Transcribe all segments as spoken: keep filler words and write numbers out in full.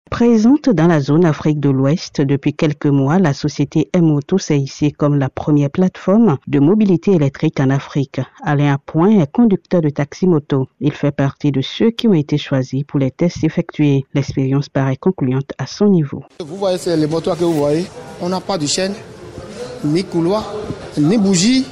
Présente dans la zone Afrique de l'Ouest depuis quelques mois, la société M-Auto s'est hissée comme la première plateforme de mobilité électrique en Afrique. Alain Point est conducteur de taxi-moto. Il fait partie de ceux qui ont été choisis pour les tests effectués. L'expérience paraît concluante à son niveau. Vous voyez, c'est les moteurs que vous voyez. On n'a pas de chaîne, ni couloir, ni bougie,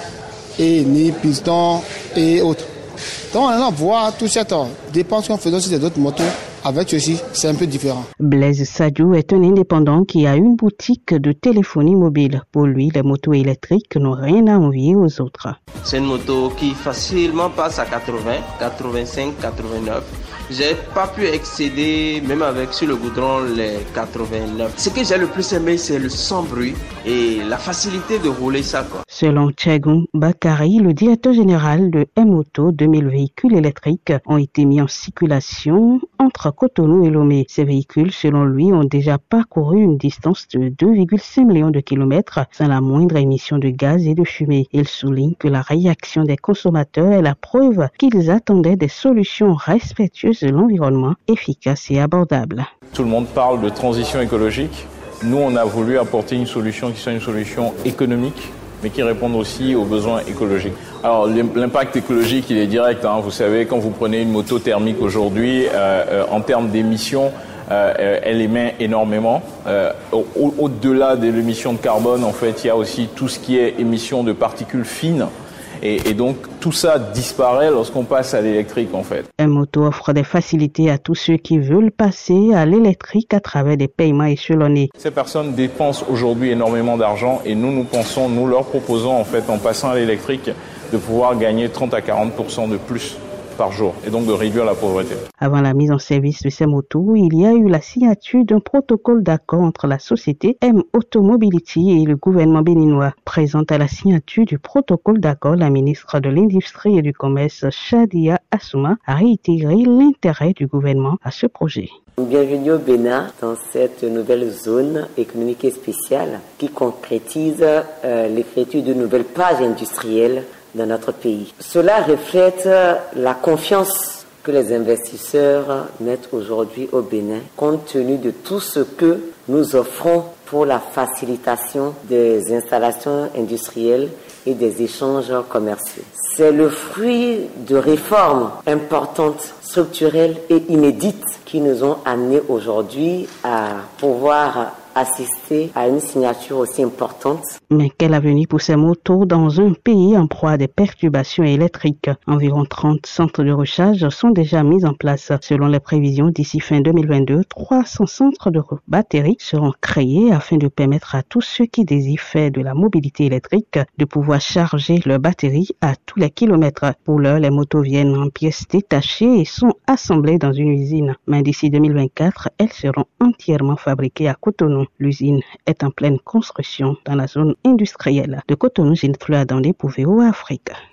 et ni piston et autres. Donc on a voir toute cette dépense qu'on faisait sur d'autres motos. Avec ceci, c'est un peu différent. Blaise Sadiou est un indépendant qui a une boutique de téléphonie mobile. Pour lui, les motos électriques n'ont rien à envier aux autres. C'est une moto qui facilement passe à quatre-vingts, quatre-vingt-cinq, quatre-vingt-neuf. J'ai pas pu excéder, même avec sur le goudron, les quatre-vingt-neuf. Ce que j'ai le plus aimé, c'est le sans bruit et la facilité de rouler ça, quoi. Selon Tchegoum Bakari, le directeur général de M-Auto, deux mille véhicules électriques ont été mis en circulation entre Cotonou et Lomé. Ces véhicules, selon lui, ont déjà parcouru une distance de deux virgule cinq millions de kilomètres sans la moindre émission de gaz et de fumée. Il souligne que la réaction des consommateurs est la preuve qu'ils attendaient des solutions respectueuses de l'environnement, efficaces et abordables. Tout le monde parle de transition écologique. Nous, on a voulu apporter une solution qui soit une solution économique, mais qui réponde aussi aux besoins écologiques. Alors, l'impact écologique, il est direct. Hein. Vous savez, quand vous prenez une moto thermique aujourd'hui, euh, euh, en termes d'émissions, euh, elle émet énormément. Euh, au, au-delà de l'émission de carbone, en fait, il y a aussi tout ce qui est émission de particules fines. Et, et donc, tout ça disparaît lorsqu'on passe à l'électrique, en fait. M-Auto offre des facilités à tous ceux qui veulent passer à l'électrique à travers des paiements échelonnés. Ces personnes dépensent aujourd'hui énormément d'argent et nous, nous pensons, nous leur proposons, en fait, en passant à l'électrique, de pouvoir gagner trente à quarante pour cent de plus par jour et donc de réduire la pauvreté. Avant la mise en service de ces motos, il y a eu la signature d'un protocole d'accord entre la société M-Auto Mobility et le gouvernement béninois. Présente à la signature du protocole d'accord, la ministre de l'Industrie et du Commerce, Shadia Assouma, a réitéré l'intérêt du gouvernement à ce projet. Bienvenue au Bénin dans cette nouvelle zone économique et spéciale qui concrétise euh, l'écriture de nouvelles pages industrielles dans notre pays. Cela reflète la confiance que les investisseurs mettent aujourd'hui au Bénin, compte tenu de tout ce que nous offrons pour la facilitation des installations industrielles et des échanges commerciaux. C'est le fruit de réformes importantes, structurelles et inédites qui nous ont amenés aujourd'hui à pouvoir assister à une signature aussi importante. Mais quel avenir pour ces motos dans un pays en proie à des perturbations électriques? Environ trente centres de recharge sont déjà mis en place. Selon les prévisions, d'ici fin deux mille vingt-deux, trois cents centres de batteries seront créés afin de permettre à tous ceux qui désirent faire de la mobilité électrique de pouvoir charger leurs batteries à tous les kilomètres. Pour l'heure, les motos viennent en pièces détachées et sont assemblées dans une usine. Mais d'ici deux mille vingt-quatre, elles seront entièrement fabriquées à Cotonou. L'usine est en pleine construction dans la zone industrielle de Cotonou. Ginefleur Dandé pour V O A Afrique.